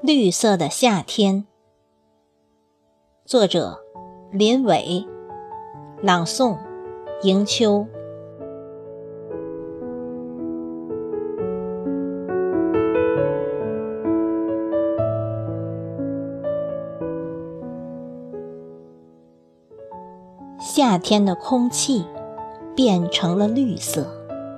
绿色的夏天，作者林伟，朗诵迎秋。夏天的空气变成了绿色，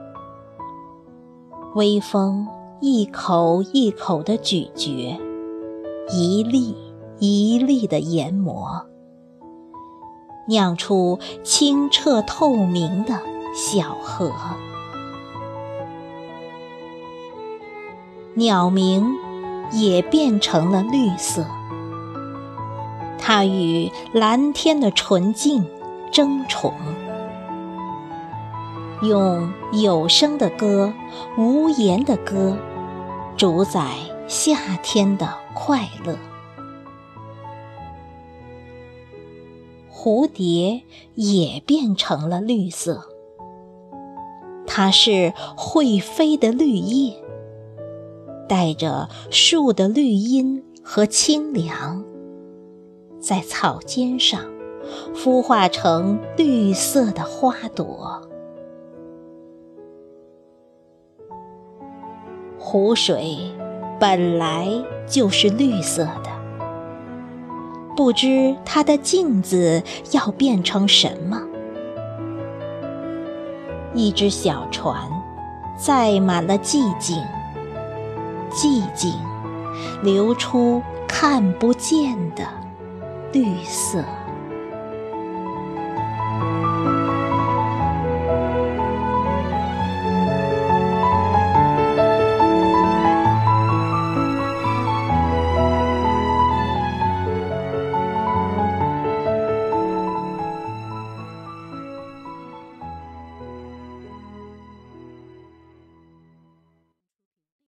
微风一口一口地咀嚼，一粒一粒地研磨，酿出清澈透明的小河。鸟鸣也变成了绿色，它与蓝天的纯净争宠，用有声的歌，无言的歌，主宰夏天的快乐。蝴蝶也变成了绿色，它是会飞的绿叶，带着树的绿荫和清凉，在草尖上孵化成绿色的花朵。湖水本来就是绿色的，不知它的镜子要变成什么。一只小船载满了寂静，寂静流出看不见的绿色。